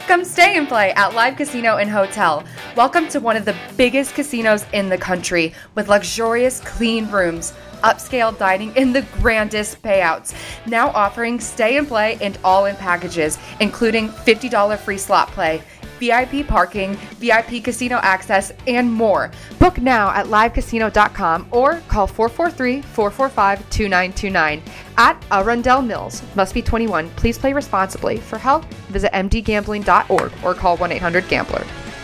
Come stay and play at Live Casino and Hotel. Welcome to one of the biggest casinos in the country with luxurious, clean rooms, upscale dining, and the grandest payouts. Now offering stay and play and all-in packages, including $50 free slot play, VIP parking, VIP casino access, and more. Book now at livecasino.com or call 443-445-2929 at Arundel Mills. Must be 21. Please play responsibly. For help, visit mdgambling.org or call 1-800-GAMBLER.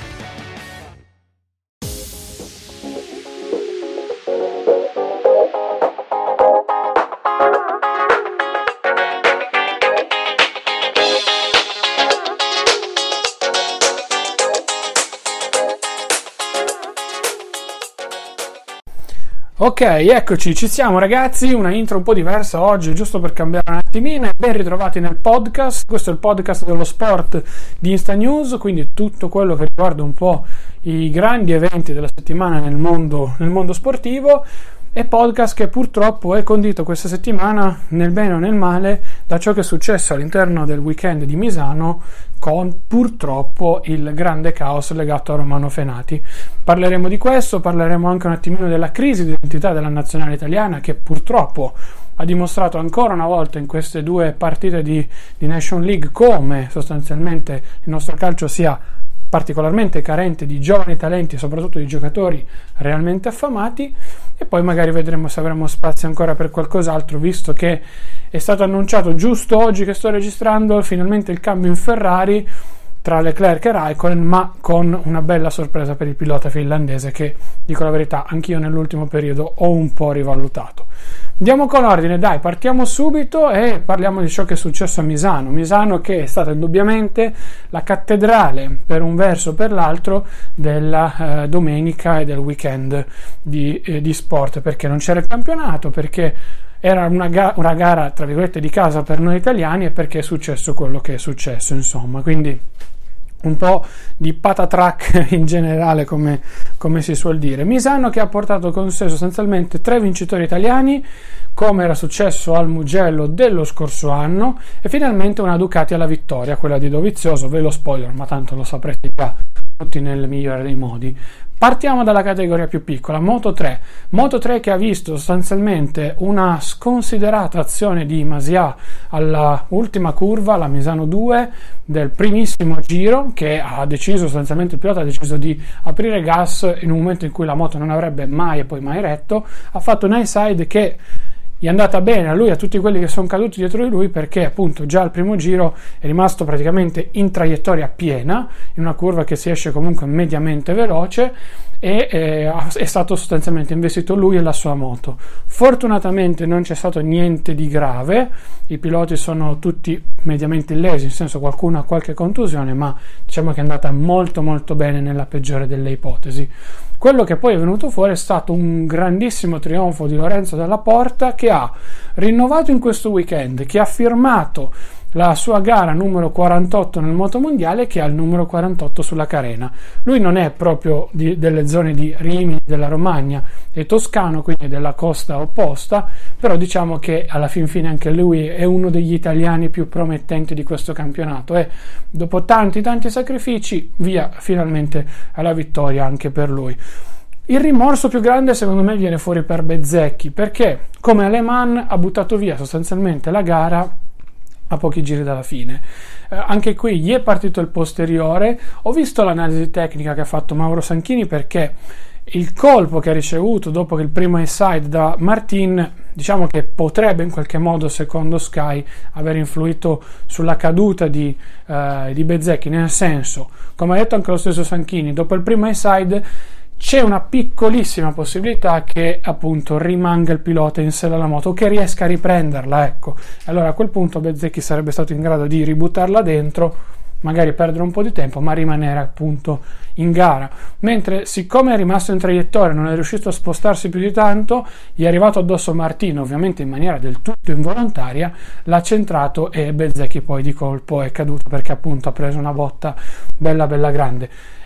Ok, eccoci, ci siamo ragazzi, una intro un po' diversa oggi, giusto per cambiare un attimino. Ben ritrovati nel podcast, questo è il podcast dello sport di Insta News, quindi tutto quello che riguarda un po' i grandi eventi della settimana nel mondo sportivo. E podcast che purtroppo è condito questa settimana, nel bene o nel male, da ciò che è successo all'interno del weekend di Misano, con purtroppo il grande caos legato a Romano Fenati. Parleremo di questo, parleremo anche un attimino della crisi di identità della nazionale italiana, che purtroppo ha dimostrato ancora una volta in queste due partite di Nation League come sostanzialmente il nostro calcio sia particolarmente carente di giovani talenti e soprattutto di giocatori realmente affamati. E poi magari vedremo se avremo spazio ancora per qualcos'altro, visto che è stato annunciato giusto oggi che sto registrando finalmente il cambio in Ferrari tra Leclerc e Raikkonen, ma con una bella sorpresa per il pilota finlandese che, dico la verità, anch'io nell'ultimo periodo ho un po' rivalutato. Andiamo con ordine, dai, partiamo subito e parliamo di ciò che è successo a Misano. Misano che è stata indubbiamente la cattedrale, per un verso o per l'altro, della domenica e del weekend di sport, perché non c'era il campionato, perché era una gara, tra virgolette, di casa per noi italiani e perché è successo quello che è successo, insomma. Quindi un po' di patatrack in generale, come si suol dire. Misano che ha portato con sé sostanzialmente 3 vincitori italiani, come era successo al Mugello dello scorso anno, e finalmente una Ducati alla vittoria, quella di Dovizioso. Ve lo spoiler, ma tanto lo saprete già tutti nel migliore dei modi. Partiamo dalla categoria più piccola, Moto 3 che ha visto sostanzialmente una sconsiderata azione di Masia alla ultima curva, la Misano 2 del primissimo giro, che ha deciso sostanzialmente, il pilota ha deciso di aprire gas in un momento in cui la moto non avrebbe mai e poi mai retto. Ha fatto un high side che gli è andata bene a lui e a tutti quelli che sono caduti dietro di lui, perché appunto già al primo giro è rimasto praticamente in traiettoria piena, in una curva che si esce comunque mediamente veloce, e è stato sostanzialmente investito lui e la sua moto. Fortunatamente non c'è stato niente di grave, i piloti sono tutti mediamente illesi, nel senso qualcuno ha qualche contusione, ma diciamo che è andata molto molto bene nella peggiore delle ipotesi. Quello che poi è venuto fuori è stato un grandissimo trionfo di Lorenzo Dalla Porta, che ha rinnovato in questo weekend, che ha firmato la sua gara numero 48 nel motomondiale, che ha il numero 48 sulla carena. Lui non è proprio delle zone di Rimini, della Romagna, è toscano, quindi della costa opposta, però diciamo che alla fin fine anche lui è uno degli italiani più promettenti di questo campionato, e dopo tanti sacrifici, via finalmente alla vittoria anche per lui. Il rimorso più grande secondo me viene fuori per Bezzecchi, perché come Le Mans ha buttato via sostanzialmente la gara a pochi giri dalla fine. Anche qui gli è partito il posteriore. Ho visto l'analisi tecnica che ha fatto Mauro Sanchini, perché il colpo che ha ricevuto dopo che il primo inside da Martin, diciamo che potrebbe in qualche modo, secondo Sky, aver influito sulla caduta di Bezzecchi, nel senso, come ha detto anche lo stesso Sanchini, dopo il primo inside c'è una piccolissima possibilità che appunto rimanga il pilota in sella alla moto, che riesca a riprenderla, ecco. Allora a quel punto Bezzecchi sarebbe stato in grado di ributtarla dentro, magari perdere un po' di tempo, ma rimanere appunto in gara. Mentre, siccome è rimasto in traiettoria, non è riuscito a spostarsi più di tanto, gli è arrivato addosso Martino, ovviamente in maniera del tutto involontaria, l'ha centrato e Bezzecchi poi di colpo è caduto, perché appunto ha preso una botta bella grande.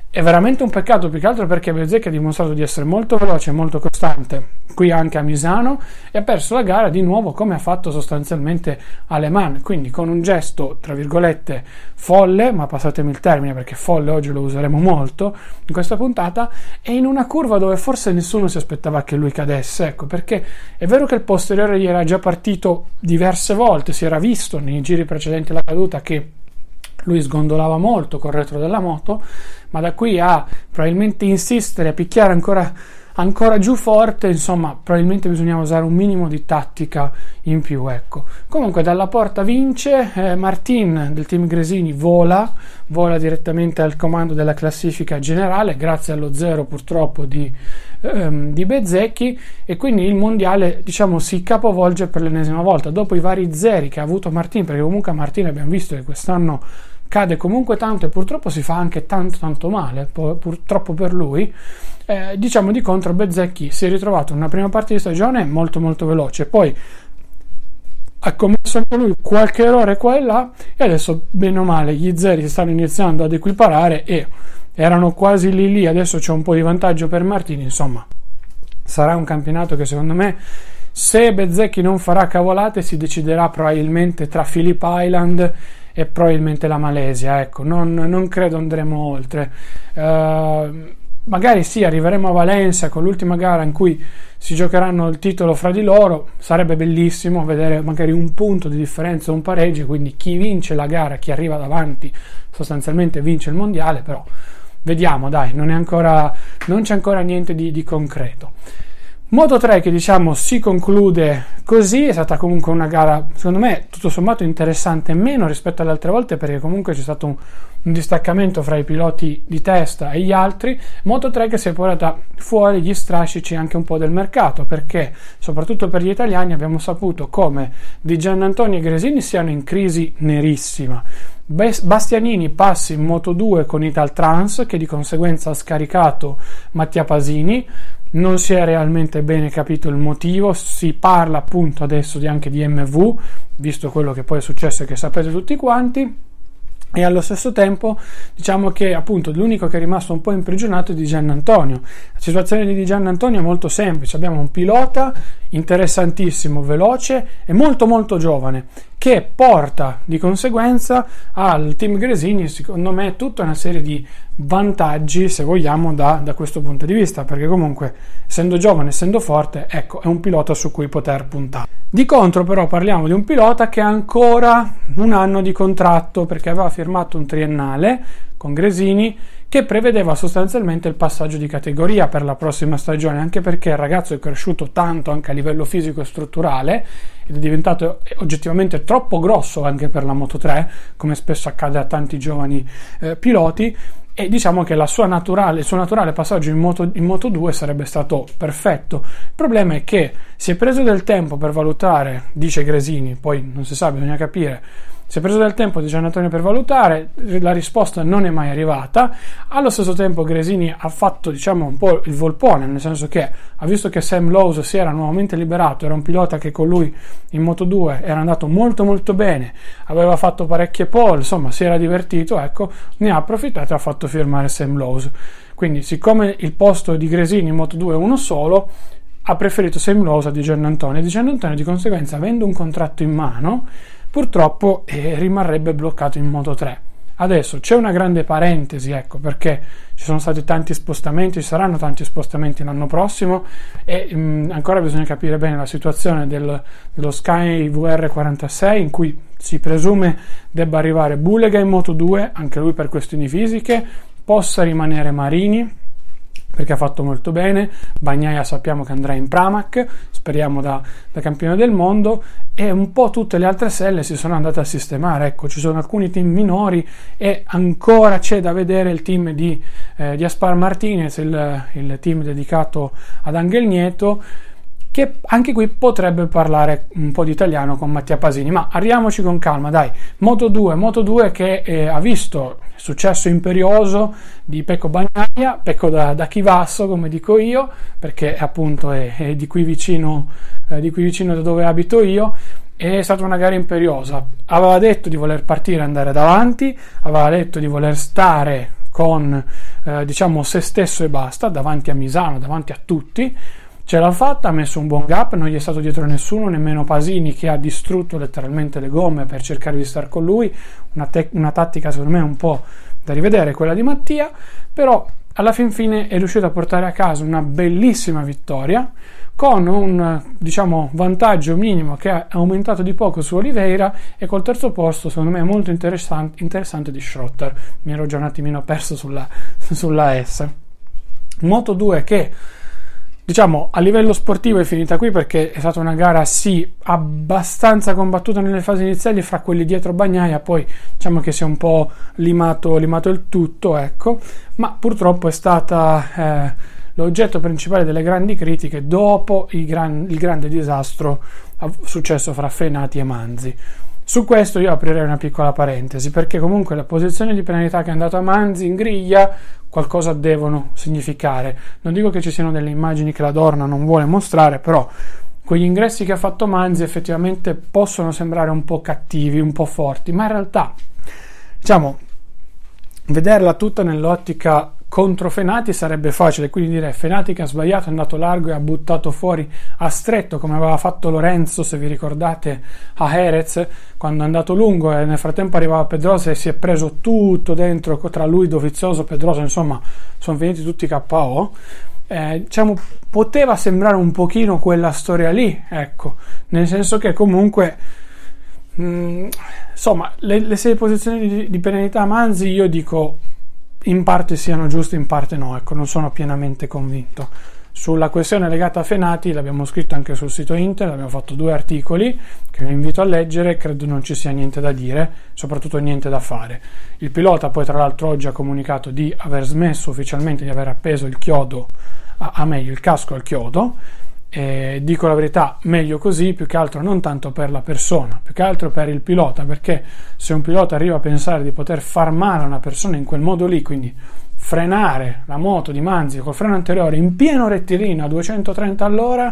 È veramente un peccato, più che altro perché Bezzecchi ha dimostrato di essere molto veloce e molto costante qui anche a Misano e ha perso la gara di nuovo come ha fatto sostanzialmente a Le Mans, quindi con un gesto tra virgolette folle, ma passatemi il termine perché folle oggi lo useremo molto in questa puntata, e in una curva dove forse nessuno si aspettava che lui cadesse, ecco, perché è vero che il posteriore gli era già partito diverse volte, si era visto nei giri precedenti alla caduta che lui sgondolava molto col retro della moto, ma da qui a probabilmente insistere, a picchiare ancora giù forte, insomma, probabilmente bisognava usare un minimo di tattica in più, ecco. Comunque dalla porta vince, Martin del team Gresini vola direttamente al comando della classifica generale, grazie allo zero purtroppo di Bezzecchi, e quindi il mondiale, diciamo, si capovolge per l'ennesima volta, dopo i vari zeri che ha avuto Martin, perché comunque a Martin abbiamo visto che quest'anno cade comunque tanto e purtroppo si fa anche tanto male, purtroppo per lui. Diciamo di contro Bezzecchi si è ritrovato in una prima parte di stagione molto molto veloce, poi ha commesso anche lui qualche errore qua e là, e adesso bene o male gli zeri si stanno iniziando ad equiparare e erano quasi lì, adesso c'è un po' di vantaggio per Martini. Insomma, sarà un campionato che secondo me, se Bezzecchi non farà cavolate, si deciderà probabilmente tra Phillip Island e probabilmente la Malesia, ecco, non credo andremo oltre. Magari sì, arriveremo a Valencia con l'ultima gara in cui si giocheranno il titolo fra di loro, sarebbe bellissimo vedere magari un punto di differenza, un pareggio, quindi chi vince la gara, chi arriva davanti sostanzialmente vince il mondiale, però vediamo, dai, non c'è ancora niente di concreto. Moto 3 che diciamo si conclude così, è stata comunque una gara secondo me tutto sommato interessante, meno rispetto alle altre volte perché comunque c'è stato un distaccamento fra i piloti di testa e gli altri. Moto 3 che si è portata fuori gli strascici anche un po' del mercato, perché soprattutto per gli italiani abbiamo saputo come Di Giannantonio e Gresini siano in crisi nerissima. Bastianini passi in Moto 2 con Italtrans, che di conseguenza ha scaricato Mattia Pasini. Non si è realmente bene capito il motivo, si parla appunto adesso anche di MV, visto quello che poi è successo e che sapete tutti quanti, e allo stesso tempo diciamo che appunto l'unico che è rimasto un po' imprigionato è Di Giannantonio. La situazione di Di Giannantonio è molto semplice: abbiamo un pilota interessantissimo, veloce e molto molto giovane, che porta di conseguenza al team Gresini secondo me tutta una serie di vantaggi, se vogliamo, da questo punto di vista, perché comunque essendo giovane, essendo forte, ecco, è un pilota su cui poter puntare. Di contro però parliamo di un pilota che ha ancora un anno di contratto, perché aveva firmato un triennale con Gresini che prevedeva sostanzialmente il passaggio di categoria per la prossima stagione, anche perché il ragazzo è cresciuto tanto anche a livello fisico e strutturale ed è diventato oggettivamente troppo grosso anche per la Moto 3, come spesso accade a tanti giovani piloti, e diciamo che il suo naturale passaggio in Moto 2 sarebbe stato perfetto. Il problema è che si è preso del tempo per valutare, dice Gresini, poi non si sa, bisogna capire. Si è preso del tempo di Giannantonio per valutare, la risposta non è mai arrivata. Allo stesso tempo Gresini ha fatto, diciamo, un po' il volpone, nel senso che ha visto che Sam Lowe si era nuovamente liberato, era un pilota che con lui in Moto 2 era andato molto molto bene, aveva fatto parecchie pole, insomma si era divertito, ecco, ne ha approfittato e ha fatto firmare Sam Lowe. Quindi siccome il posto di Gresini in Moto 2 è uno solo, ha preferito Sam Lowe a Di Giannantonio. Di Giannantonio di conseguenza, avendo un contratto in mano, purtroppo rimarrebbe bloccato in Moto 3. Adesso c'è una grande parentesi, ecco, perché ci sono stati tanti spostamenti, ci saranno tanti spostamenti l'anno prossimo e ancora bisogna capire bene la situazione dello Sky VR46, in cui si presume debba arrivare Bulega in Moto 2, anche lui per questioni fisiche, possa rimanere Marini perché ha fatto molto bene, Bagnaia sappiamo che andrà in Pramac, speriamo da campione del mondo, e un po' tutte le altre selle si sono andate a sistemare. Ecco, ci sono alcuni team minori e ancora c'è da vedere il team di Aspar Martinez, il team dedicato ad Angel Nieto, che anche qui potrebbe parlare un po' di italiano con Mattia Pasini. Ma arriviamoci con calma, dai. Moto 2 che ha visto il successo imperioso di Pecco Bagnaia, Pecco da Chivasso come dico io, perché appunto è di qui vicino da dove abito io. È stata una gara imperiosa, aveva detto di voler partire e andare davanti, aveva detto di voler stare con diciamo se stesso e basta, davanti a Misano, davanti a tutti. Ce l'ha fatta, ha messo un buon gap, non gli è stato dietro nessuno, nemmeno Pasini, che ha distrutto letteralmente le gomme per cercare di star con lui. Una tattica secondo me un po' da rivedere, quella di Mattia, però alla fin fine è riuscito a portare a casa una bellissima vittoria con un, diciamo, vantaggio minimo che ha aumentato di poco su Oliveira, e col terzo posto secondo me molto interessante di Schrotter. Mi ero già un attimino perso sulla S. Moto 2 che, diciamo, a livello sportivo è finita qui, perché è stata una gara sì abbastanza combattuta nelle fasi iniziali fra quelli dietro Bagnaia, poi diciamo che si è un po' limato il tutto, ecco, ma purtroppo è stata l'oggetto principale delle grandi critiche dopo il grande disastro successo fra Fenati e Manzi. Su questo io aprirei una piccola parentesi, perché comunque la posizione di penalità che è andata a Manzi in griglia qualcosa devono significare. Non dico che ci siano delle immagini che la Dorna non vuole mostrare, però quegli ingressi che ha fatto Manzi effettivamente possono sembrare un po' cattivi, un po' forti, ma in realtà, diciamo, vederla tutta nell'ottica contro Fenati sarebbe facile, quindi dire Fenati che ha sbagliato, è andato largo e ha buttato fuori a stretto, come aveva fatto Lorenzo, se vi ricordate, a Jerez, quando è andato lungo e nel frattempo arrivava Pedrosa e si è preso tutto dentro, tra lui, Dovizioso, Pedrosa, insomma sono finiti tutti KO. Diciamo, poteva sembrare un pochino quella storia lì, ecco, nel senso che comunque insomma le 6 posizioni di penalità a Manzi io dico in parte siano giuste, in parte no, ecco, non sono pienamente convinto. Sulla questione legata a Fenati l'abbiamo scritto anche sul sito Inter, abbiamo fatto 2 articoli che vi invito a leggere, credo non ci sia niente da dire, soprattutto niente da fare. Il pilota poi tra l'altro oggi ha comunicato di aver smesso ufficialmente di aver appeso il chiodo, meglio il casco al chiodo, e dico la verità, meglio così, più che altro non tanto per la persona, più che altro per il pilota, perché se un pilota arriva a pensare di poter far male a una persona in quel modo lì, quindi frenare la moto di Manzi col freno anteriore in pieno rettilineo a 230 all'ora,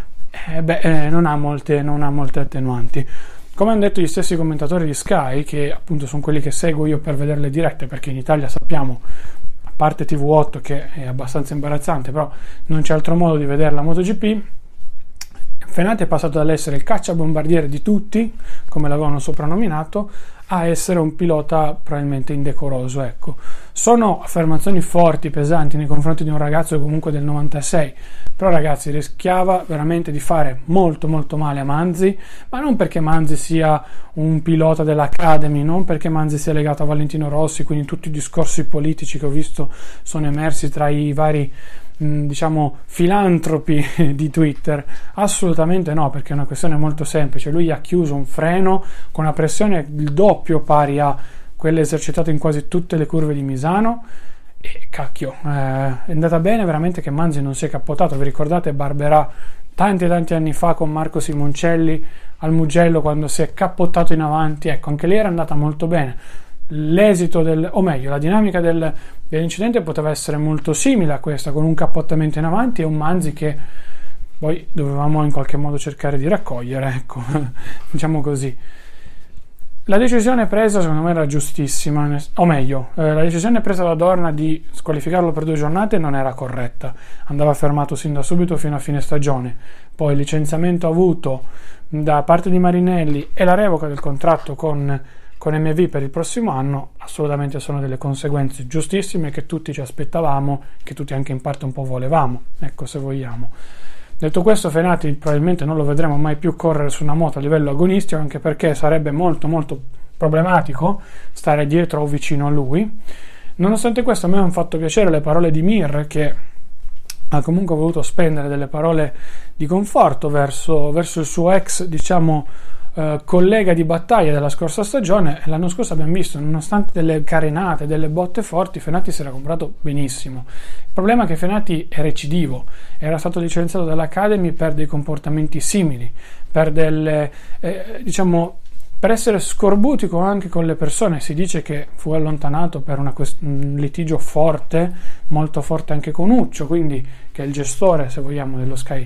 non ha molte attenuanti. Come hanno detto gli stessi commentatori di Sky, che appunto sono quelli che seguo io per vedere le dirette, perché in Italia sappiamo, a parte TV8 che è abbastanza imbarazzante, però non c'è altro modo di vedere la MotoGP, Fenati è passato dall'essere il cacciabombardiere di tutti, come l'avevano soprannominato, a essere un pilota probabilmente indecoroso, ecco. Sono affermazioni forti, pesanti nei confronti di un ragazzo comunque del 96, però ragazzi rischiava veramente di fare molto molto male a Manzi, ma non perché Manzi sia un pilota dell'Academy, non perché Manzi sia legato a Valentino Rossi, quindi tutti i discorsi politici che ho visto sono emersi tra i vari diciamo filantropi di Twitter, assolutamente no, perché è una questione molto semplice. Lui ha chiuso un freno con una pressione il doppio pari a quella esercitata in quasi tutte le curve di Misano, e cacchio, è andata bene veramente che Manzi non si è cappottato. Vi ricordate Barberà tanti anni fa con Marco Simoncelli al Mugello quando si è cappottato in avanti? Ecco, anche lì era andata molto bene. L'esito la dinamica dell'incidente poteva essere molto simile a questa, con un cappottamento in avanti e un Manzi che poi dovevamo in qualche modo cercare di raccogliere, ecco, diciamo così. La decisione presa secondo me era giustissima, o meglio, la decisione presa da Dorna di squalificarlo per 2 giornate non era corretta, andava fermato sin da subito fino a fine stagione. Poi il licenziamento avuto da parte di Marinelli e la revoca del contratto con MV per il prossimo anno assolutamente sono delle conseguenze giustissime che tutti ci aspettavamo, che tutti anche in parte un po' volevamo, ecco, se vogliamo. Detto questo, Fenati probabilmente non lo vedremo mai più correre su una moto a livello agonistico, anche perché sarebbe molto molto problematico stare dietro o vicino a lui. Nonostante questo, a me hanno fatto piacere le parole di Mir, che ha comunque voluto spendere delle parole di conforto verso il suo ex, diciamo, collega di battaglia della scorsa stagione. L'anno scorso abbiamo visto, nonostante delle carenate, delle botte forti, Fenati si era comprato benissimo. Il problema è che Fenati è recidivo, era stato licenziato dall'Academy per dei comportamenti simili, per delle per essere scorbutico anche con le persone. Si dice che fu allontanato per un litigio forte, molto forte anche con Uccio, quindi che è il gestore, se vogliamo, dello Sky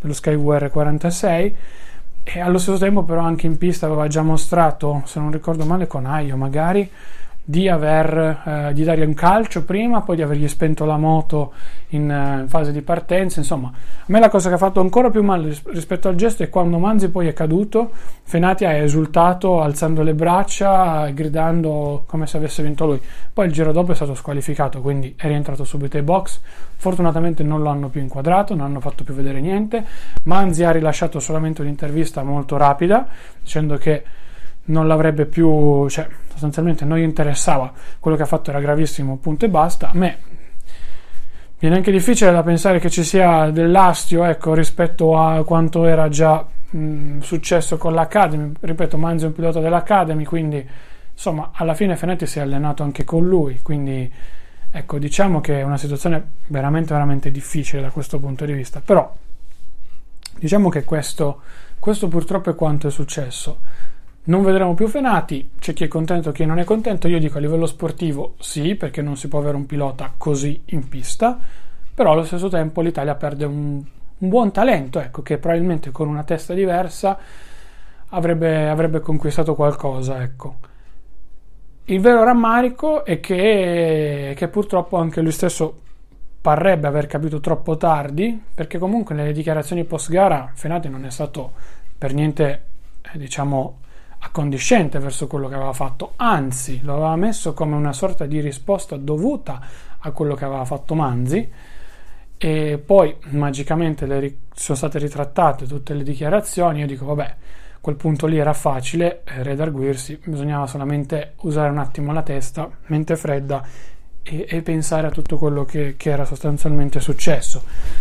VR46. E allo stesso tempo però anche in pista aveva già mostrato, se non ricordo male con Aio magari, di dargli un calcio prima, poi di avergli spento la moto in fase di partenza. Insomma, a me la cosa che ha fatto ancora più male rispetto al gesto è quando Manzi poi è caduto, Fenati ha esultato alzando le braccia, gridando come se avesse vinto lui. Poi il giro dopo è stato squalificato, quindi è rientrato subito ai box. Fortunatamente non lo hanno più inquadrato, non hanno fatto più vedere niente. Manzi ha rilasciato solamente un'intervista molto rapida dicendo che non l'avrebbe più, cioè sostanzialmente non gli interessava, quello che ha fatto era gravissimo, punto e basta. A me viene anche difficile da pensare che ci sia dell'astio, ecco, rispetto a quanto era già successo con l'Academy. Ripeto, Manzi è un pilota dell'Academy, quindi insomma alla fine Fenati si è allenato anche con lui, quindi ecco, diciamo che è una situazione veramente veramente difficile da questo punto di vista. Però diciamo che questo purtroppo è quanto è successo. Non vedremo più Fenati, c'è chi è contento e chi non è contento. Io dico a livello sportivo sì, perché non si può avere un pilota così in pista, però allo stesso tempo l'Italia perde un buon talento, ecco, che probabilmente con una testa diversa avrebbe conquistato qualcosa, ecco. Il vero rammarico è che purtroppo anche lui stesso parrebbe aver capito troppo tardi, perché comunque nelle dichiarazioni post gara Fenati non è stato per niente diciamo accondiscente verso quello che aveva fatto, anzi lo aveva messo come una sorta di risposta dovuta a quello che aveva fatto Manzi, e poi magicamente sono state ritrattate tutte le dichiarazioni. Io dico vabbè, quel punto lì era facile redarguirsi, bisognava solamente usare un attimo la testa, mente fredda, e pensare a tutto quello che era sostanzialmente successo.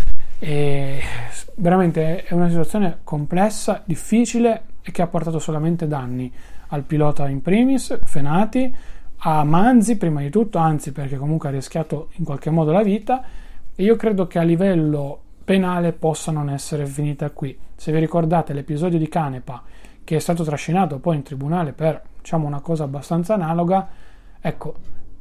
E veramente è una situazione complessa, difficile, e che ha portato solamente danni al pilota in primis, Fenati, a Manzi prima di tutto, anzi perché comunque ha rischiato in qualche modo la vita, e io credo che a livello penale possa non essere finita qui. Se vi ricordate l'episodio di Canepa, che è stato trascinato poi in tribunale per diciamo una cosa abbastanza analoga, ecco,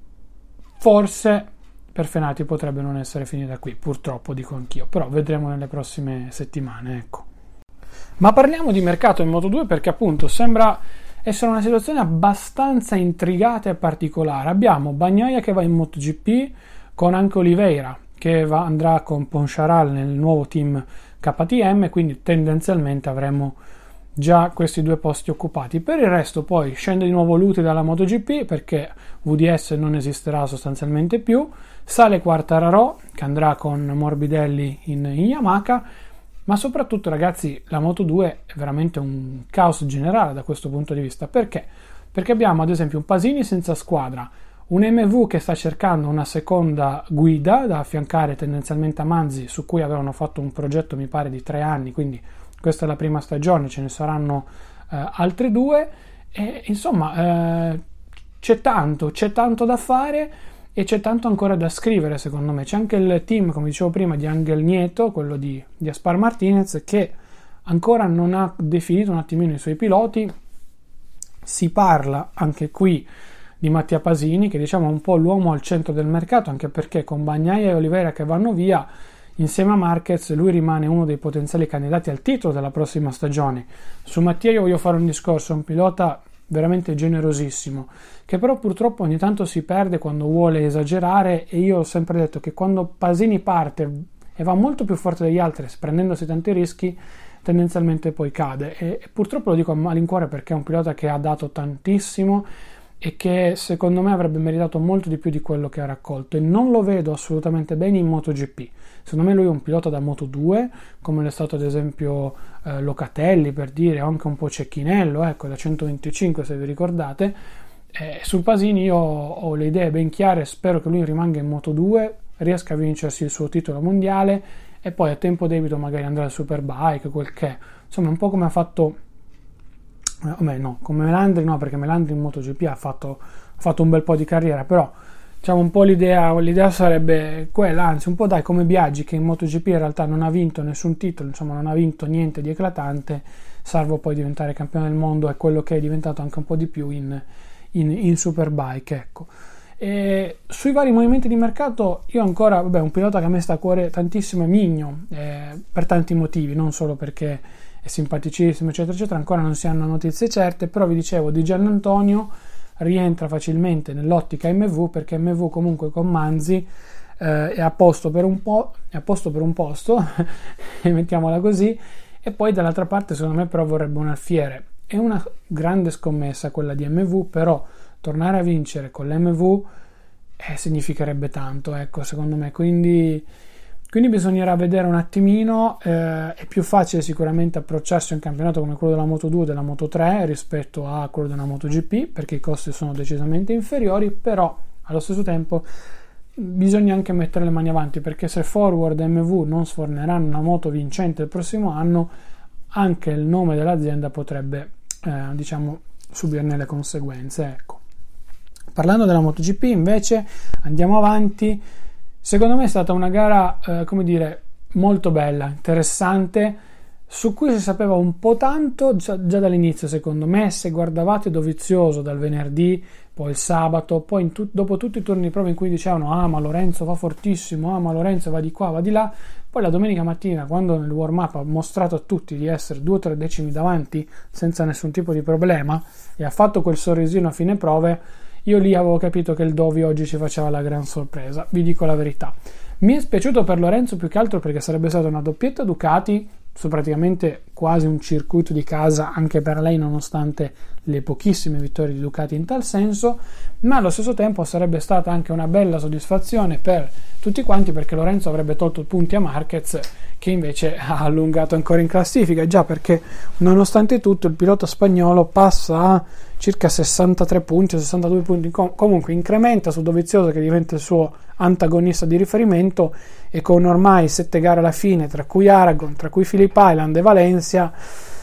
forse per Fenati potrebbe non essere finita qui, purtroppo dico anch'io, però vedremo nelle prossime settimane, ecco. Ma parliamo di mercato in Moto2 perché appunto sembra essere una situazione abbastanza intrigata e particolare. Abbiamo Bagnaia che va in MotoGP con anche Oliveira che andrà con Poncharal nel nuovo team KTM, quindi tendenzialmente avremo già questi due posti occupati. Per il resto poi scende di nuovo Luti dalla MotoGP perché VDS non esisterà sostanzialmente più, sale Quartararo che andrà con Morbidelli in Yamaha. Ma soprattutto ragazzi, la Moto2 è veramente un caos generale da questo punto di vista. Perché? Perché abbiamo ad esempio un Pasini senza squadra, un MV che sta cercando una seconda guida da affiancare tendenzialmente a Manzi, su cui avevano fatto un progetto mi pare di 3 anni, quindi questa è la prima stagione, ce ne saranno altre 2, e insomma c'è tanto da fare e c'è tanto ancora da scrivere secondo me. C'è anche il team, come dicevo prima, di Angel Nieto, quello di Aspar Martinez, che ancora non ha definito un attimino i suoi piloti. Si parla anche qui di Mattia Pasini, che diciamo è un po' l'uomo al centro del mercato, anche perché con Bagnaia e Oliveira che vanno via, insieme a Marquez lui rimane uno dei potenziali candidati al titolo della prossima stagione. Su Mattia io voglio fare un discorso, è un pilota veramente generosissimo, che però purtroppo ogni tanto si perde quando vuole esagerare, e io ho sempre detto che quando Pasini parte e va molto più forte degli altri, prendendosi tanti rischi, tendenzialmente poi cade, e purtroppo lo dico a malincuore perché è un pilota che ha dato tantissimo e che secondo me avrebbe meritato molto di più di quello che ha raccolto, e non lo vedo assolutamente bene in MotoGP. Secondo me lui è un pilota da Moto2, come l'è stato ad esempio Locatelli, per dire, o anche un po' Cecchinello, ecco, da 125 se vi ricordate. Sul Pasini io ho le idee ben chiare, spero che lui rimanga in Moto2, riesca a vincersi il suo titolo mondiale e poi a tempo debito magari andrà al Superbike, quel che è. Insomma, un po' come ha fatto come Melandri no, perché Melandri in MotoGP ha fatto un bel po' di carriera, però diciamo un po' l'idea sarebbe quella, anzi un po' dai come Biaggi, che in MotoGP in realtà non ha vinto nessun titolo, insomma non ha vinto niente di eclatante, salvo poi diventare campione del mondo, è quello che è diventato anche un po' di più in Superbike, ecco. E sui vari movimenti di mercato io ancora, un pilota che a me sta a cuore tantissimo è Migno, per tanti motivi, non solo perché è simpaticissimo eccetera eccetera, ancora non si hanno notizie certe, però vi dicevo di Giannantonio rientra facilmente nell'ottica MV, perché MV comunque con Manzi è a posto per un posto mettiamola così, e poi dall'altra parte secondo me però vorrebbe un alfiere. È una grande scommessa quella di MV, però tornare a vincere con l'MV significherebbe tanto, ecco, secondo me, quindi bisognerà vedere un attimino. È più facile sicuramente approcciarsi a un campionato come quello della Moto2 o della Moto3 rispetto a quello della MotoGP, perché i costi sono decisamente inferiori, però allo stesso tempo bisogna anche mettere le mani avanti, perché se Forward e MV non sforneranno una moto vincente il prossimo anno, anche il nome dell'azienda potrebbe subirne le conseguenze, ecco. Parlando della MotoGP invece andiamo avanti. Secondo me è stata una gara molto bella, interessante, su cui si sapeva un po' tanto già dall'inizio. Secondo me, se guardavate Dovizioso dal venerdì, poi il sabato, poi dopo tutti i turni di prova in cui dicevano ma Lorenzo va fortissimo, ma Lorenzo va di qua, va di là, poi la domenica mattina, quando nel warm up ha mostrato a tutti di essere 2 o 3 decimi davanti senza nessun tipo di problema e ha fatto quel sorrisino a fine prove, io lì avevo capito che il Dovi oggi ci faceva la gran sorpresa, vi dico la verità. Mi è spiaciuto per Lorenzo più che altro perché sarebbe stata una doppietta Ducati su praticamente quasi un circuito di casa anche per lei, nonostante le pochissime vittorie di Ducati in tal senso, ma allo stesso tempo sarebbe stata anche una bella soddisfazione per tutti quanti, perché Lorenzo avrebbe tolto punti a Marquez, che invece ha allungato ancora in classifica, già perché nonostante tutto il pilota spagnolo passa a circa 63 punti, 62 punti, comunque incrementa su Dovizioso, che diventa il suo antagonista di riferimento, e con ormai 7 gare alla fine, tra cui Aragon, tra cui Phillip Island e Valencia,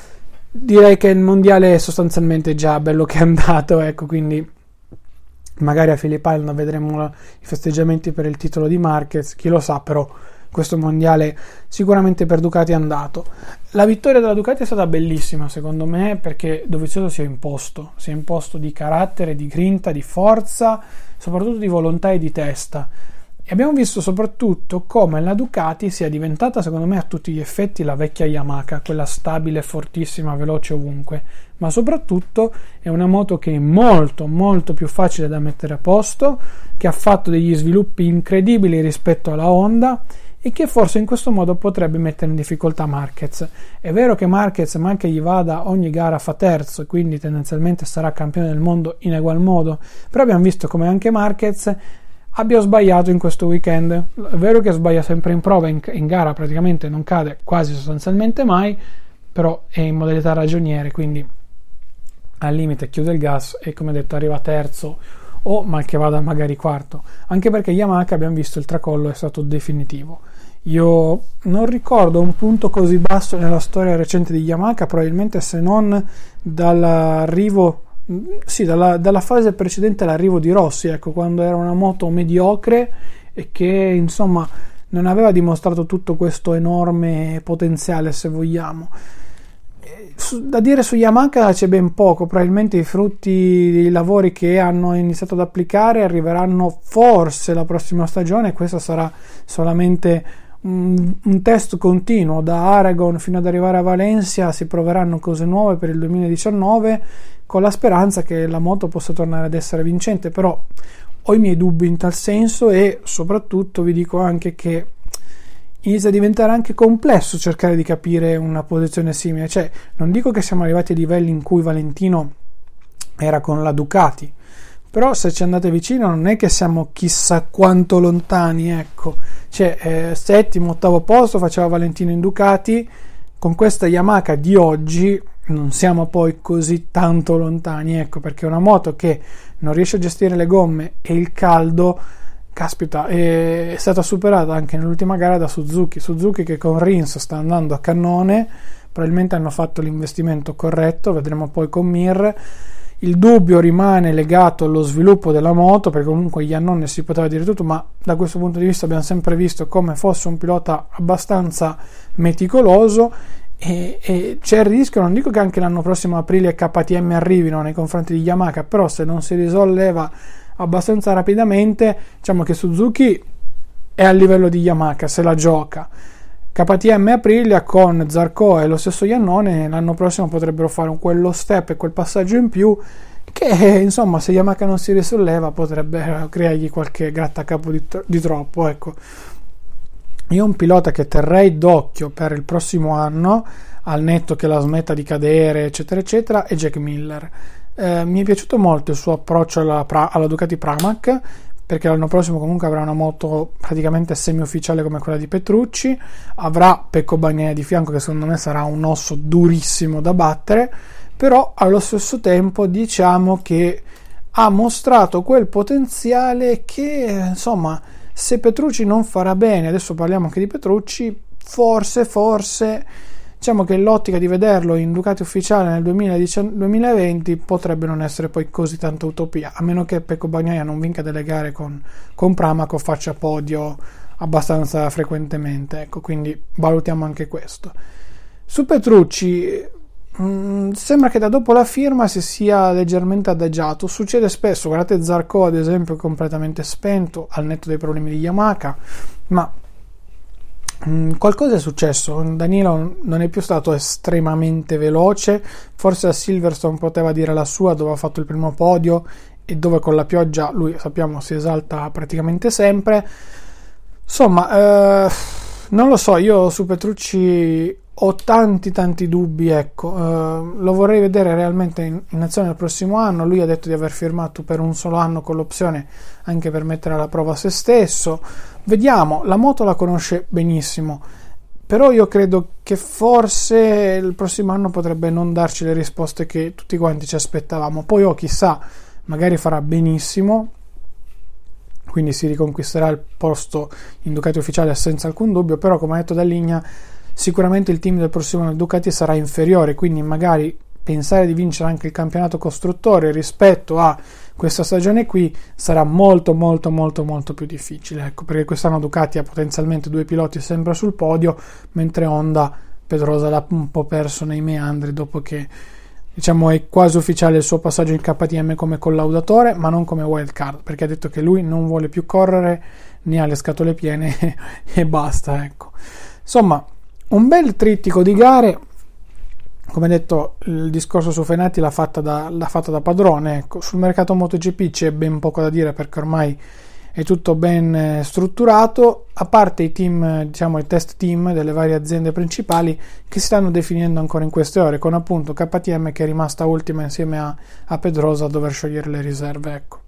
direi che il mondiale è sostanzialmente già bello che è andato, ecco. Quindi magari a Phillip Island vedremo i festeggiamenti per il titolo di Marquez, chi lo sa, però questo mondiale sicuramente per Ducati è andato. La vittoria della Ducati è stata bellissima secondo me, perché Dovizioso si è imposto di carattere, di grinta, di forza, soprattutto di volontà e di testa, e abbiamo visto soprattutto come la Ducati sia diventata secondo me a tutti gli effetti la vecchia Yamaha, quella stabile, fortissima, veloce ovunque, ma soprattutto è una moto che è molto molto più facile da mettere a posto, che ha fatto degli sviluppi incredibili rispetto alla Honda e che forse in questo modo potrebbe mettere in difficoltà Marquez. È vero che Marquez, ma anche gli vada ogni gara fa terzo e quindi tendenzialmente sarà campione del mondo in egual modo, però abbiamo visto come anche Marquez abbia sbagliato in questo weekend. È vero che sbaglia sempre in prova, in gara praticamente non cade quasi sostanzialmente mai, però è in modalità ragioniere, quindi al limite chiude il gas e, come detto, arriva terzo o mal che vada magari quarto, anche perché Yamaha, abbiamo visto, il tracollo è stato definitivo. Io non ricordo un punto così basso nella storia recente di Yamaha, probabilmente, se non dall'arrivo dalla fase precedente all'arrivo di Rossi, ecco, quando era una moto mediocre e che insomma non aveva dimostrato tutto questo enorme potenziale, se vogliamo. Da dire su Yamaha c'è ben poco, probabilmente i frutti dei lavori che hanno iniziato ad applicare arriveranno forse la prossima stagione, questo sarà solamente un test continuo da Aragon fino ad arrivare a Valencia, si proveranno cose nuove per il 2019 con la speranza che la moto possa tornare ad essere vincente, però ho i miei dubbi in tal senso, e soprattutto vi dico anche che inizia a diventare anche complesso cercare di capire una posizione simile. Cioè, non dico che siamo arrivati ai livelli in cui Valentino era con la Ducati, però se ci andate vicino non è che siamo chissà quanto lontani, ecco. Cioè, settimo, ottavo posto faceva Valentino in Ducati, con questa Yamaha di oggi non siamo poi così tanto lontani, ecco, perché una moto che non riesce a gestire le gomme e il caldo, caspita, è stata superata anche nell'ultima gara da Suzuki che con Rins sta andando a cannone, probabilmente hanno fatto l'investimento corretto, vedremo poi con Mir. Il dubbio rimane legato allo sviluppo della moto, perché comunque Iannone si poteva dire tutto, ma da questo punto di vista abbiamo sempre visto come fosse un pilota abbastanza meticoloso, e c'è il rischio, non dico che anche l'anno prossimo aprile KTM arrivino nei confronti di Yamaha, però se non si risolleva abbastanza rapidamente, diciamo che Suzuki è a livello di Yamaha, se la gioca. KTM e Aprilia con Zarco e lo stesso Iannone l'anno prossimo potrebbero fare quello step e quel passaggio in più che insomma, se Yamaha non si risolleva potrebbe creargli qualche grattacapo di troppo, ecco. Io un pilota che terrei d'occhio per il prossimo anno, al netto che la smetta di cadere eccetera eccetera, è Jack Miller. Mi è piaciuto molto il suo approccio alla Ducati Pramac, perché l'anno prossimo comunque avrà una moto praticamente semi-ufficiale come quella di Petrucci, avrà Pecco Bagnaia di fianco che secondo me sarà un osso durissimo da battere, però allo stesso tempo diciamo che ha mostrato quel potenziale che, insomma, se Petrucci non farà bene, adesso parliamo anche di Petrucci, forse diciamo che l'ottica di vederlo in Ducati ufficiale nel 2020 potrebbe non essere poi così tanta utopia, a meno che Pecco Bagnaia non vinca delle gare con Pramac o faccia podio abbastanza frequentemente, ecco, quindi valutiamo anche questo. Su Petrucci sembra che da dopo la firma si sia leggermente adagiato, succede spesso, guardate Zarco ad esempio completamente spento al netto dei problemi di Yamaha, ma qualcosa è successo. Danilo non è più stato estremamente veloce, forse a Silverstone poteva dire la sua, dove ha fatto il primo podio e dove con la pioggia lui, sappiamo, si esalta praticamente sempre. Insomma, non lo so, io su Petrucci ho tanti dubbi, ecco. Lo vorrei vedere realmente in azione il prossimo anno. Lui ha detto di aver firmato per un solo anno con l'opzione anche per mettere alla prova se stesso. Vediamo, la moto la conosce benissimo, però io credo che forse il prossimo anno potrebbe non darci le risposte che tutti quanti ci aspettavamo. Poi chissà, magari farà benissimo, quindi si riconquisterà il posto in Ducati ufficiale senza alcun dubbio, però come ha detto Dall'Igna sicuramente il team del prossimo anno Ducati sarà inferiore, quindi magari pensare di vincere anche il campionato costruttore rispetto a questa stagione qui sarà molto più difficile, ecco, perché quest'anno Ducati ha potenzialmente 2 piloti sempre sul podio, mentre Honda Pedrosa l'ha un po' perso nei meandri dopo che, diciamo, è quasi ufficiale il suo passaggio in KTM come collaudatore, ma non come wildcard, perché ha detto che lui non vuole più correre, ne ha le scatole piene e basta, ecco. Insomma, un bel trittico di gare. Come detto, il discorso su Fenati l'ha fatta da padrone, ecco. Sul mercato MotoGP c'è ben poco da dire perché ormai è tutto ben strutturato, a parte i team, diciamo i test team delle varie aziende principali che si stanno definendo ancora in queste ore, con appunto KTM che è rimasta ultima insieme a Pedrosa a dover sciogliere le riserve, ecco.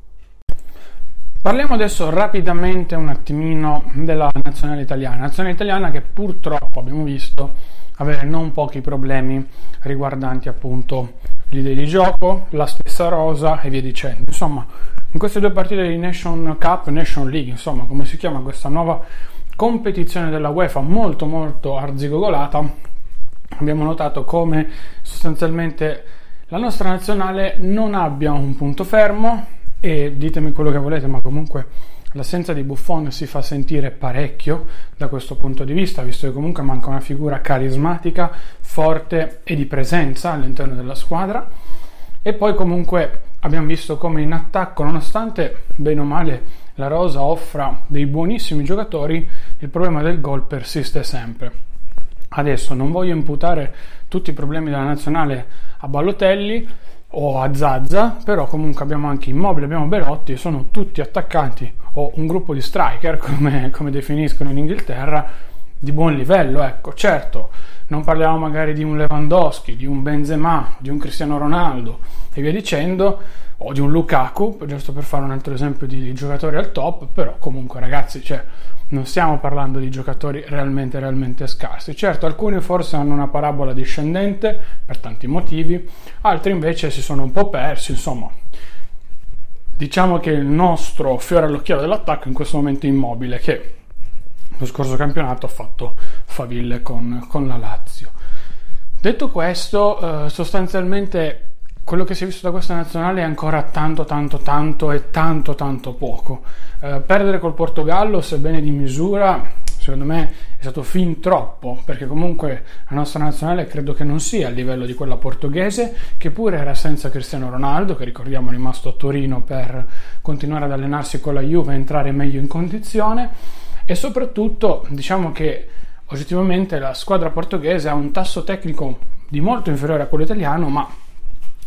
Parliamo adesso rapidamente un attimino della nazionale italiana che purtroppo abbiamo visto avere non pochi problemi riguardanti appunto gli idee di gioco, la stessa rosa e via dicendo. Insomma, in queste 2 partite di Nation League, insomma, come si chiama questa nuova competizione della UEFA molto arzigogolata, abbiamo notato come sostanzialmente la nostra nazionale non abbia un punto fermo, e ditemi quello che volete, ma comunque l'assenza di Buffon si fa sentire parecchio da questo punto di vista, visto che comunque manca una figura carismatica, forte e di presenza all'interno della squadra. E poi comunque abbiamo visto come in attacco, nonostante bene o male la rosa offra dei buonissimi giocatori, il problema del gol persiste sempre. Adesso non voglio imputare tutti i problemi della nazionale a Balotelli o a Zaza, però comunque abbiamo anche Immobile, abbiamo Belotti, sono tutti attaccanti o un gruppo di striker come definiscono in Inghilterra, di buon livello, ecco. Certo, non parliamo magari di un Lewandowski, di un Benzema, di un Cristiano Ronaldo e via dicendo, o di un Lukaku, giusto per fare un altro esempio di giocatori al top, però comunque ragazzi, cioè, non stiamo parlando di giocatori realmente scarsi. Certo, alcuni forse hanno una parabola discendente per tanti motivi, altri invece si sono un po' persi, insomma. Diciamo che il nostro fiore all'occhiello dell'attacco in questo momento è Immobile, che lo scorso campionato ha fatto faville con la Lazio. Detto questo, sostanzialmente quello che si è visto da questa nazionale è ancora tanto e tanto poco. Perdere col Portogallo, sebbene di misura, secondo me è stato fin troppo, perché comunque la nostra nazionale credo che non sia a livello di quella portoghese, che pure era senza Cristiano Ronaldo, che ricordiamo è rimasto a Torino per continuare ad allenarsi con la Juve e entrare meglio in condizione. E soprattutto diciamo che oggettivamente la squadra portoghese ha un tasso tecnico di molto inferiore a quello italiano, ma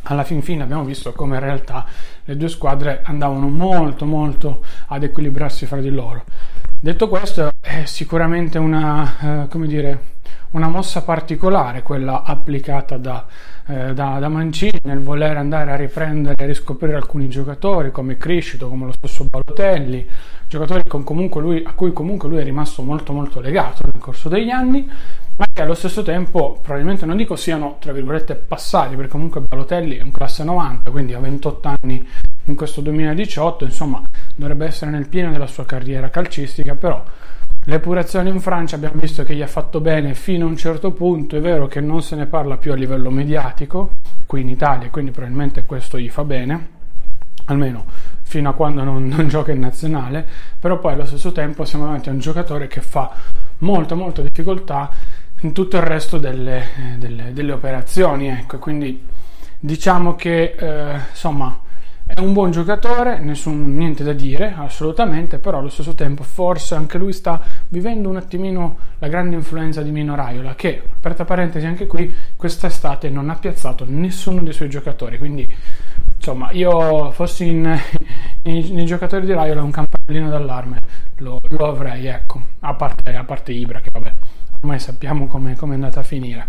alla fin fine abbiamo visto come in realtà le due squadre andavano molto molto ad equilibrarsi fra di loro. Detto questo, è sicuramente una mossa particolare quella applicata da Mancini nel voler andare a riprendere e riscoprire alcuni giocatori come Criscito, come lo stesso Balotelli, giocatori a cui comunque lui è rimasto molto molto legato nel corso degli anni, ma che allo stesso tempo probabilmente, non dico siano tra virgolette passati, perché comunque Balotelli è un classe 90, quindi ha 28 anni in questo 2018, insomma dovrebbe essere nel pieno della sua carriera calcistica, però l'epurazione in Francia abbiamo visto che gli ha fatto bene fino a un certo punto. È vero che non se ne parla più a livello mediatico qui in Italia, quindi probabilmente questo gli fa bene, almeno fino a quando non gioca in nazionale, però poi allo stesso tempo siamo davanti a un giocatore che fa molta difficoltà in tutto il resto delle operazioni, ecco. Quindi diciamo che insomma è un buon giocatore, niente da dire assolutamente, però allo stesso tempo forse anche lui sta vivendo un attimino la grande influenza di Mino Raiola, che, aperta parentesi anche qui, quest'estate non ha piazzato nessuno dei suoi giocatori, quindi insomma io fossi nei giocatori di Raiola un campanellino d'allarme lo avrei, ecco, a parte Ibra, che vabbè ormai sappiamo come è andata a finire.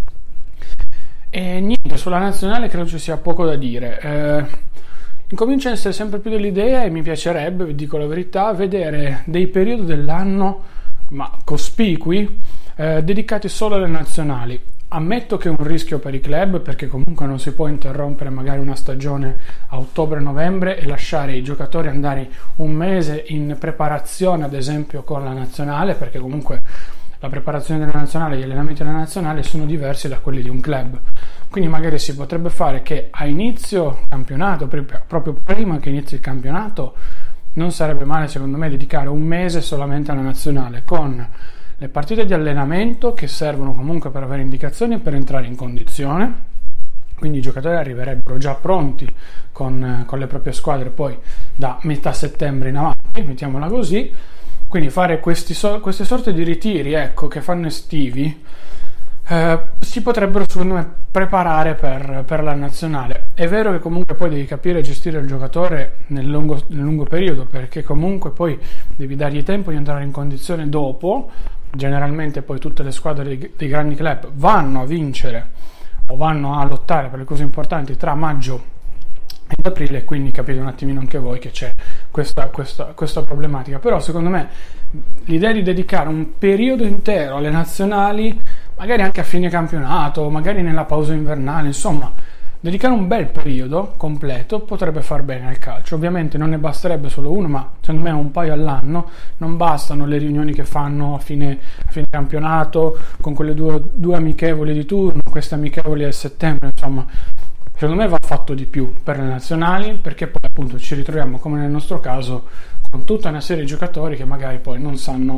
E niente, sulla nazionale credo ci sia poco da dire. Incomincio a essere sempre più dell'idea, e mi piacerebbe, vi dico la verità, vedere dei periodi dell'anno, ma cospicui, dedicati solo alle nazionali. Ammetto che è un rischio per i club, perché comunque non si può interrompere magari una stagione a ottobre-novembre e lasciare i giocatori andare un mese in preparazione, ad esempio con la nazionale, perché comunque la preparazione della nazionale e gli allenamenti della nazionale sono diversi da quelli di un club. Quindi magari si potrebbe fare che a inizio campionato, proprio prima che inizi il campionato, non sarebbe male secondo me dedicare un mese solamente alla nazionale, con le partite di allenamento che servono comunque per avere indicazioni e per entrare in condizione. Quindi i giocatori arriverebbero già pronti con le proprie squadre poi da metà settembre in avanti, mettiamola così. Quindi fare queste sorte di ritiri, ecco, che fanno estivi, si potrebbero secondo me preparare per la nazionale. È vero che comunque poi devi capire gestire il giocatore nel lungo periodo, perché comunque poi devi dargli tempo di entrare in condizione dopo. Generalmente poi tutte le squadre dei grandi club vanno a vincere o vanno a lottare per le cose importanti tra maggio ed aprile, quindi capite un attimino anche voi che c'è questa problematica. Però secondo me l'idea di dedicare un periodo intero alle nazionali, magari anche a fine campionato, magari nella pausa invernale, insomma dedicare un bel periodo completo potrebbe far bene al calcio. Ovviamente non ne basterebbe solo uno, ma secondo me un paio all'anno. Non bastano le riunioni che fanno a fine campionato con quelle due amichevoli di turno, queste amichevoli a settembre, insomma secondo me va fatto di più per le nazionali, perché poi appunto ci ritroviamo, come nel nostro caso, con tutta una serie di giocatori che magari poi non sanno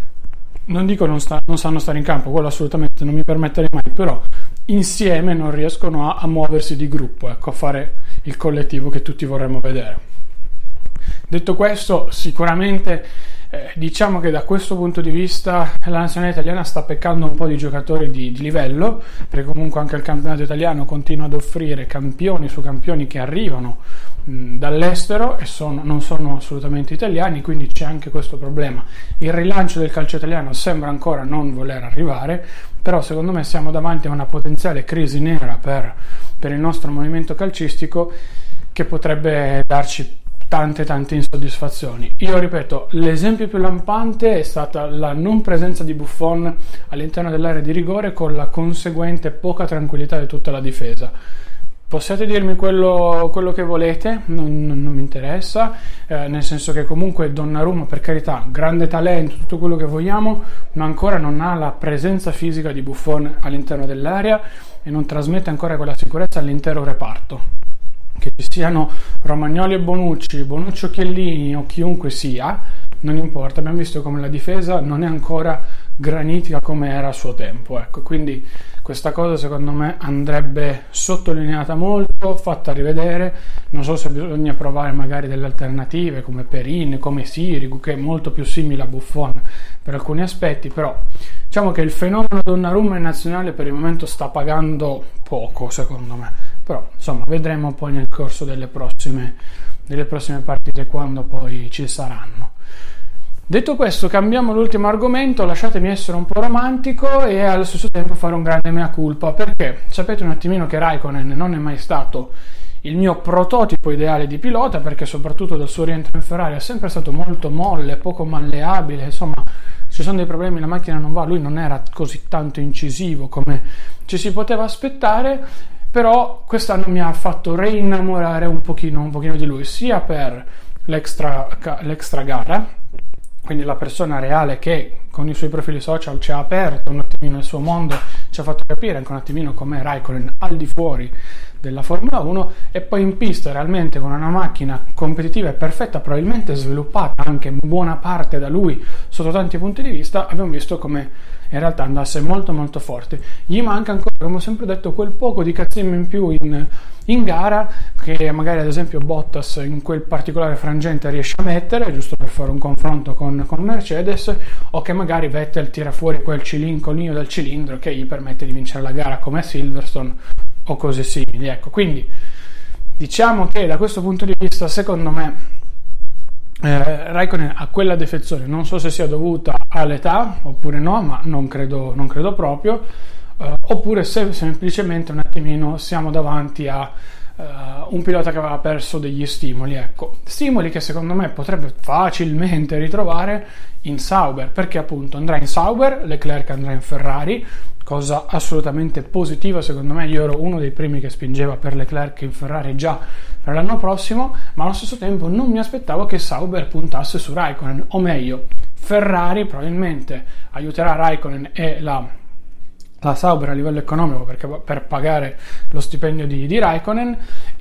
stare in campo, quello assolutamente non mi permetterei mai, però insieme non riescono a muoversi di gruppo, ecco, a fare il collettivo che tutti vorremmo vedere. Detto questo, sicuramente diciamo che da questo punto di vista la nazionale italiana sta peccando un po' di giocatori di livello, perché comunque anche il campionato italiano continua ad offrire campioni su campioni che arrivano dall'estero e non sono assolutamente italiani, quindi c'è anche questo problema. Il rilancio del calcio italiano sembra ancora non voler arrivare, però secondo me siamo davanti a una potenziale crisi nera per il nostro movimento calcistico, che potrebbe darci tante insoddisfazioni. Io ripeto, l'esempio più lampante è stata la non presenza di Buffon all'interno dell'area di rigore, con la conseguente poca tranquillità di tutta la difesa. Possiate dirmi quello che volete, non mi interessa, nel senso che comunque Donnarumma, per carità, grande talento, tutto quello che vogliamo, ma ancora non ha la presenza fisica di Buffon all'interno dell'area e non trasmette ancora quella sicurezza all'intero reparto. Che ci siano Romagnoli e Bonucci o Chiellini o chiunque sia, non importa, abbiamo visto come la difesa non è ancora granitica come era a suo tempo, ecco. Quindi questa cosa secondo me andrebbe sottolineata molto, fatta rivedere. Non so se bisogna provare magari delle alternative come Perin, come Sirigu, che è molto più simile a Buffon per alcuni aspetti, però diciamo che il fenomeno Donnarumma in nazionale per il momento sta pagando poco, secondo me. però insomma vedremo poi nel corso delle prossime partite, quando poi ci saranno. Detto questo, cambiamo l'ultimo argomento, lasciatemi essere un po' romantico e allo stesso tempo fare un grande mea culpa, perché sapete un attimino che Raikkonen non è mai stato il mio prototipo ideale di pilota, perché soprattutto dal suo rientro in Ferrari è sempre stato molto molle, poco malleabile, insomma ci sono dei problemi, la macchina non va, lui non era così tanto incisivo come ci si poteva aspettare, però quest'anno mi ha fatto reinnamorare un pochino di lui, sia per l'extra gara, quindi la persona reale che con i suoi profili social ci ha aperto un attimino il suo mondo, ci ha fatto capire anche un attimino com'è Raikkonen al di fuori della Formula 1, e poi in pista realmente con una macchina competitiva e perfetta, probabilmente sviluppata anche in buona parte da lui sotto tanti punti di vista, abbiamo visto come in realtà andasse molto molto forte. Gli manca ancora, come ho sempre detto, quel poco di cazzimmo in più in gara che magari ad esempio Bottas in quel particolare frangente riesce a mettere, giusto per fare un confronto con Mercedes, o che magari Vettel tira fuori quel cilincolino del cilindro che gli permette di vincere la gara come a Silverstone o cose simili. Ecco, quindi diciamo che da questo punto di vista secondo me Raikkonen ha quella defezione, non so se sia dovuta all'età oppure no, ma non credo proprio, oppure se semplicemente un attimino siamo davanti a un pilota che aveva perso degli stimoli, ecco, stimoli che secondo me potrebbe facilmente ritrovare in Sauber, perché appunto andrà in Sauber, Leclerc andrà in Ferrari, cosa assolutamente positiva secondo me. Io ero uno dei primi che spingeva per Leclerc in Ferrari già per l'anno prossimo, ma allo stesso tempo non mi aspettavo che Sauber puntasse su Raikkonen, o meglio Ferrari probabilmente aiuterà Raikkonen e la Sauber a livello economico per pagare lo stipendio di Raikkonen,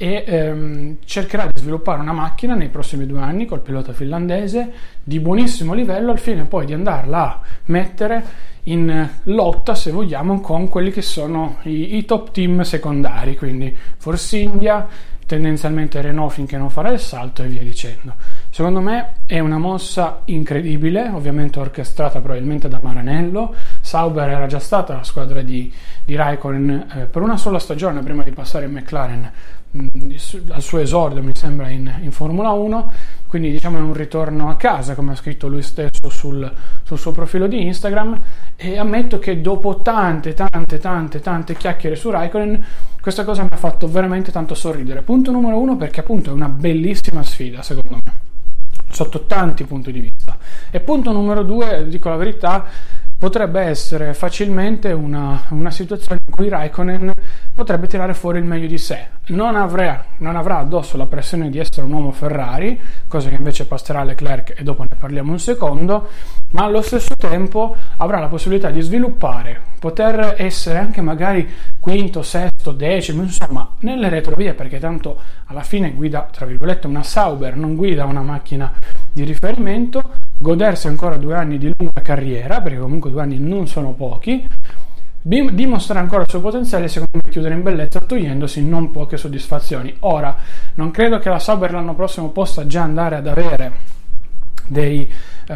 e cercherà di sviluppare una macchina nei prossimi 2 anni col pilota finlandese di buonissimo livello, al fine poi di andarla a mettere in lotta, se vogliamo, con quelli che sono i top team secondari, quindi Force India, tendenzialmente Renault finché non farà il salto e via dicendo. Secondo me è una mossa incredibile, ovviamente orchestrata probabilmente da Maranello. Sauber era già stata la squadra di Raikkonen per una sola stagione prima di passare in McLaren, al suo esordio mi sembra in Formula 1, quindi diciamo è un ritorno a casa, come ha scritto lui stesso sul suo profilo di Instagram, e ammetto che dopo tante chiacchiere su Raikkonen questa cosa mi ha fatto veramente tanto sorridere. Punto numero 1, perché appunto è una bellissima sfida secondo me sotto tanti punti di vista, e punto numero 2, dico la verità, potrebbe essere facilmente una situazione in cui Raikkonen potrebbe tirare fuori il meglio di sé. Non avrà addosso la pressione di essere un uomo Ferrari, cosa che invece passerà a Leclerc, e dopo ne parliamo un secondo, ma allo stesso tempo avrà la possibilità di sviluppare, poter essere anche magari quinto, sesto, decimo, insomma nelle retrovie, perché tanto alla fine guida tra virgolette una Sauber, non guida una macchina di riferimento, godersi ancora 2 anni di lunga carriera, perché comunque 2 anni non sono pochi, dimostrare ancora il suo potenziale e secondo me chiudere in bellezza togliendosi non poche soddisfazioni. Ora, non credo che la Sauber l'anno prossimo possa già andare ad avere dei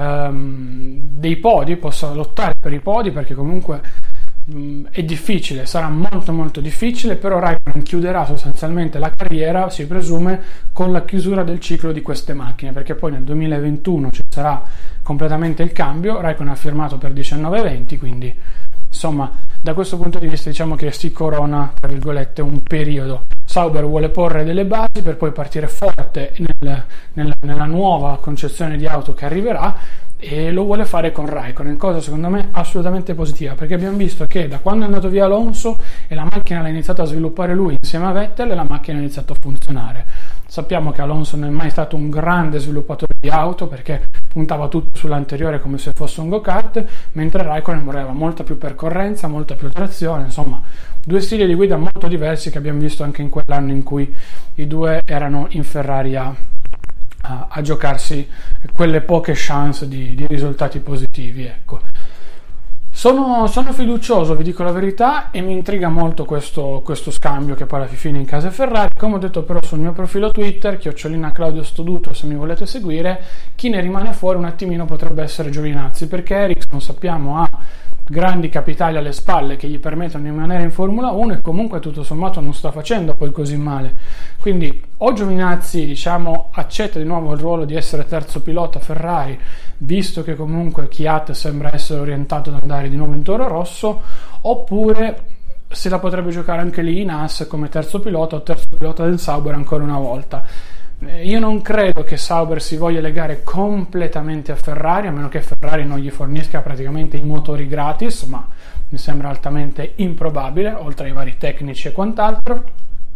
podi, possa lottare per i podi, perché comunque è difficile, sarà molto molto difficile, però Raikkonen chiuderà sostanzialmente la carriera, si presume, con la chiusura del ciclo di queste macchine, perché poi nel 2021 ci sarà completamente il cambio. Raikkonen ha firmato per 19-20, quindi insomma da questo punto di vista diciamo che si corona tra virgolette un periodo. Sauber vuole porre delle basi per poi partire forte nella nuova concezione di auto che arriverà, e lo vuole fare con Raikkonen, cosa secondo me assolutamente positiva, perché abbiamo visto che da quando è andato via Alonso e la macchina l'ha iniziato a sviluppare lui insieme a Vettel, e la macchina ha iniziato a funzionare. Sappiamo che Alonso non è mai stato un grande sviluppatore di auto, perché puntava tutto sull'anteriore come se fosse un go-kart, mentre Raikkonen voleva molta più percorrenza, molta più trazione, insomma 2 stili di guida molto diversi che abbiamo visto anche in quell'anno in cui i due erano in Ferrari a giocarsi quelle poche chance di risultati positivi, ecco. Sono fiducioso, vi dico la verità, e mi intriga molto questo scambio che poi alla fine in casa Ferrari. Come ho detto però sul mio profilo Twitter, @ClaudioStoduto, se mi volete seguire, chi ne rimane fuori un attimino potrebbe essere Giovinazzi, perché Ericsson sappiamo ha grandi capitali alle spalle che gli permettono di rimanere in Formula 1, e comunque tutto sommato non sta facendo poi così male. Quindi o Giovinazzi, diciamo, accetta di nuovo il ruolo di essere terzo pilota a Ferrari, visto che comunque Kvyat sembra essere orientato ad andare di nuovo in Toro Rosso, oppure se la potrebbe giocare anche lì in Haas come terzo pilota o terzo pilota del Sauber ancora una volta. Io non credo che Sauber si voglia legare completamente a Ferrari, a meno che Ferrari non gli fornisca praticamente i motori gratis, ma mi sembra altamente improbabile, oltre ai vari tecnici e quant'altro,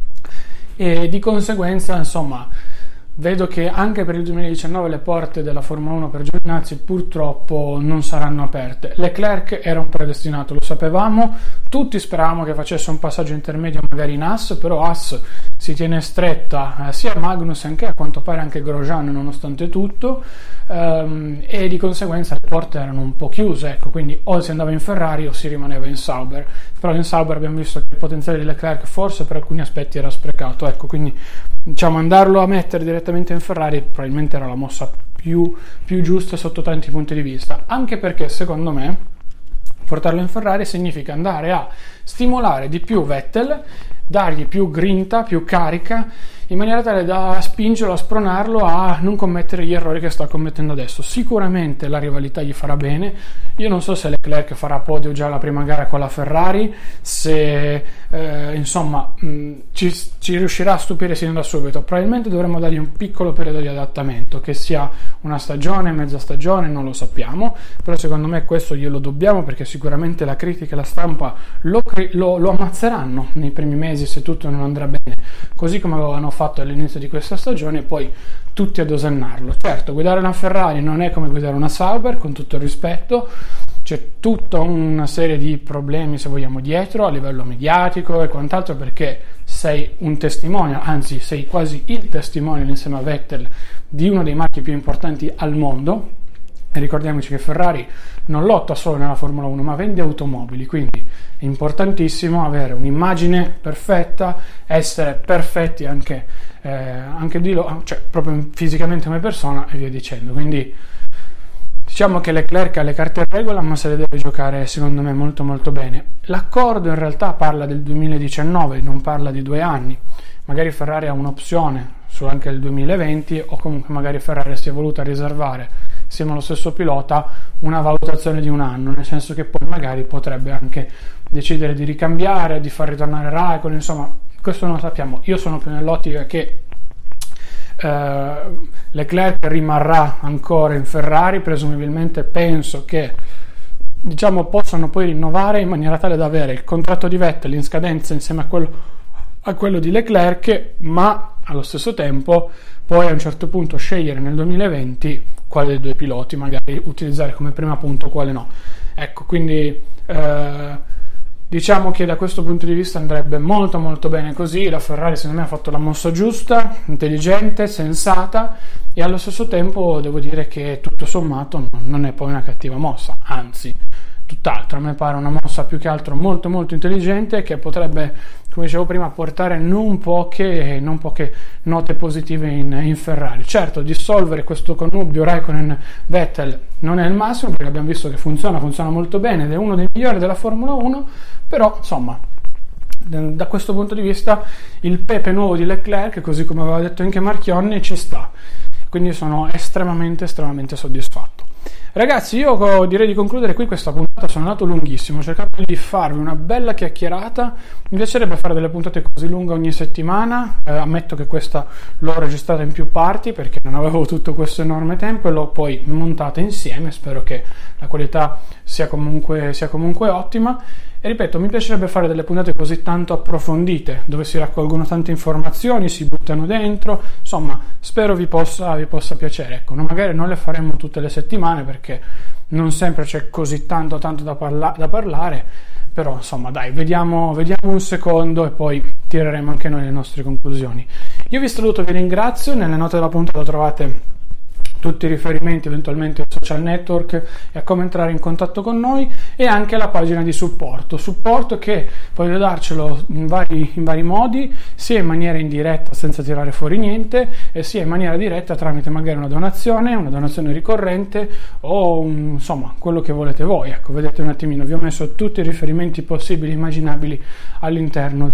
e di conseguenza, insomma, vedo che anche per il 2019 le porte della Formula 1 per Giovinazzi purtroppo non saranno aperte. Leclerc era un predestinato, lo sapevamo, tutti speravamo che facesse un passaggio intermedio magari in Haas, però Haas si tiene stretta sia Magnussen che a quanto pare anche Grosjean nonostante tutto, e di conseguenza le porte erano un po' chiuse, ecco, quindi o si andava in Ferrari o si rimaneva in Sauber. Però in Sauber abbiamo visto che il potenziale di Leclerc forse per alcuni aspetti era sprecato, ecco, quindi diciamo andarlo a mettere direttamente in Ferrari probabilmente era la mossa più giusta sotto tanti punti di vista, anche perché secondo me portarlo in Ferrari significa andare a stimolare di più Vettel, dargli più grinta, più carica, in maniera tale da spingerlo, a spronarlo a non commettere gli errori che sta commettendo adesso. Sicuramente la rivalità gli farà bene. Io non so se Leclerc farà podio già la prima gara con la Ferrari, se insomma ci riuscirà a stupire sin da subito. Probabilmente dovremmo dargli un piccolo periodo di adattamento, che sia una stagione, mezza stagione, non lo sappiamo, però secondo me questo glielo dobbiamo, perché sicuramente la critica e la stampa lo ammazzeranno nei primi mesi se tutto non andrà bene, così come avevano fatto all'inizio di questa stagione, e poi tutti ad osannarlo. Certo, guidare una Ferrari non è come guidare una Sauber, con tutto il rispetto, c'è tutta una serie di problemi, se vogliamo, dietro a livello mediatico e quant'altro, perché sei un testimonial, anzi sei quasi il testimonial insieme a Vettel di uno dei marchi più importanti al mondo. E ricordiamoci che Ferrari non lotta solo nella Formula 1, ma vende automobili, quindi è importantissimo avere un'immagine perfetta, essere perfetti anche cioè proprio fisicamente come persona e via dicendo. Quindi diciamo che Leclerc ha le carte in regola, ma se le deve giocare secondo me molto molto bene. L'accordo in realtà parla del 2019, non parla di 2 anni. Magari Ferrari ha un'opzione su anche il 2020, o comunque magari Ferrari si è voluta riservare insieme allo stesso pilota una valutazione di 1 anno, nel senso che poi magari potrebbe anche decidere di ricambiare, di far ritornare Raikkonen, insomma questo non lo sappiamo. Io sono più nell'ottica che Leclerc rimarrà ancora in Ferrari, presumibilmente penso che diciamo possano poi rinnovare in maniera tale da avere il contratto di Vettel in scadenza insieme a quello di Leclerc, ma allo stesso tempo poi a un certo punto scegliere nel 2020 quale dei 2 piloti magari utilizzare come prima punto, quale no. Ecco, quindi diciamo che da questo punto di vista andrebbe molto molto bene così. La Ferrari secondo me ha fatto la mossa giusta, intelligente, sensata, e allo stesso tempo devo dire che tutto sommato non è poi una cattiva mossa, anzi tutt'altro. A me pare una mossa più che altro molto molto intelligente, che potrebbe, come dicevo prima, portare non poche note positive in Ferrari. Certo, dissolvere questo connubio Raikkonen-Vettel non è il massimo, perché abbiamo visto che funziona molto bene ed è uno dei migliori della Formula 1, però insomma da questo punto di vista il pepe nuovo di Leclerc, così come aveva detto anche Marchionne, ci sta, quindi sono estremamente soddisfatto. Ragazzi, io direi di concludere qui questa puntata. Sono andato lunghissimo, ho cercato di farvi una bella chiacchierata. Mi piacerebbe fare delle puntate così lunghe ogni settimana, ammetto che questa l'ho registrata in più parti perché non avevo tutto questo enorme tempo e l'ho poi montata insieme. Spero che la qualità sia comunque ottima. E ripeto, mi piacerebbe fare delle puntate così tanto approfondite, dove si raccolgono tante informazioni, si buttano dentro, insomma, spero vi possa piacere. Ecco, magari non le faremo tutte le settimane perché non sempre c'è così tanto da parlare, però insomma dai, vediamo un secondo e poi tireremo anche noi le nostre conclusioni. Io vi saluto, vi ringrazio, nelle note della puntata trovate tutti i riferimenti, eventualmente ai social network e a come entrare in contatto con noi, e anche la pagina di supporto che potete darcelo in vari modi, sia in maniera indiretta senza tirare fuori niente, e sia in maniera diretta tramite magari una donazione ricorrente o insomma quello che volete voi. Ecco, vedete un attimino, vi ho messo tutti i riferimenti possibili e immaginabili all'interno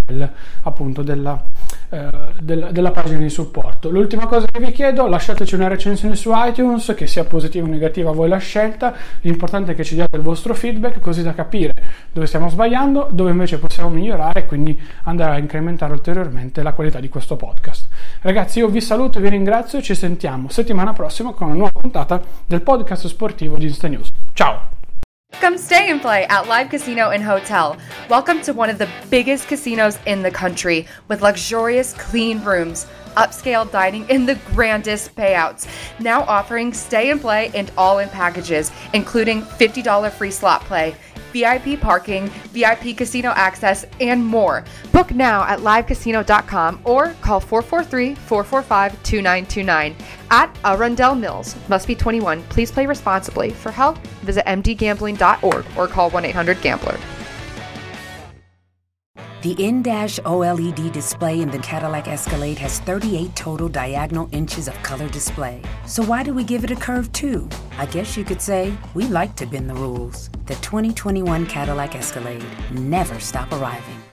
della pagina di supporto. L'ultima cosa che vi chiedo: lasciateci una recensione su iTunes, che sia positiva o negativa a voi la scelta, l'importante è che ci diate il vostro feedback, così da capire dove stiamo sbagliando, dove invece possiamo migliorare e quindi andare a incrementare ulteriormente la qualità di questo podcast. Ragazzi, io vi saluto e vi ringrazio e ci sentiamo settimana prossima con una nuova puntata del podcast sportivo di Instanews. Ciao! Come stay and play at Live Casino and Hotel. Welcome to one of the biggest casinos in the country with luxurious, clean rooms, upscale dining, and the grandest payouts. Now offering stay and play and all-in packages, including $50 free slot play, VIP parking, VIP casino access, and more. Book now at livecasino.com or call 443-445-2929 at Arundel Mills. Must be 21. Please play responsibly. For help, visit mdgambling.org or call 1-800-GAMBLER. The in-dash OLED display in the Cadillac Escalade has 38 total diagonal inches of color display. So why do we give it a curve too? I guess you could say we like to bend the rules. The 2021 Cadillac Escalade. Never stop arriving.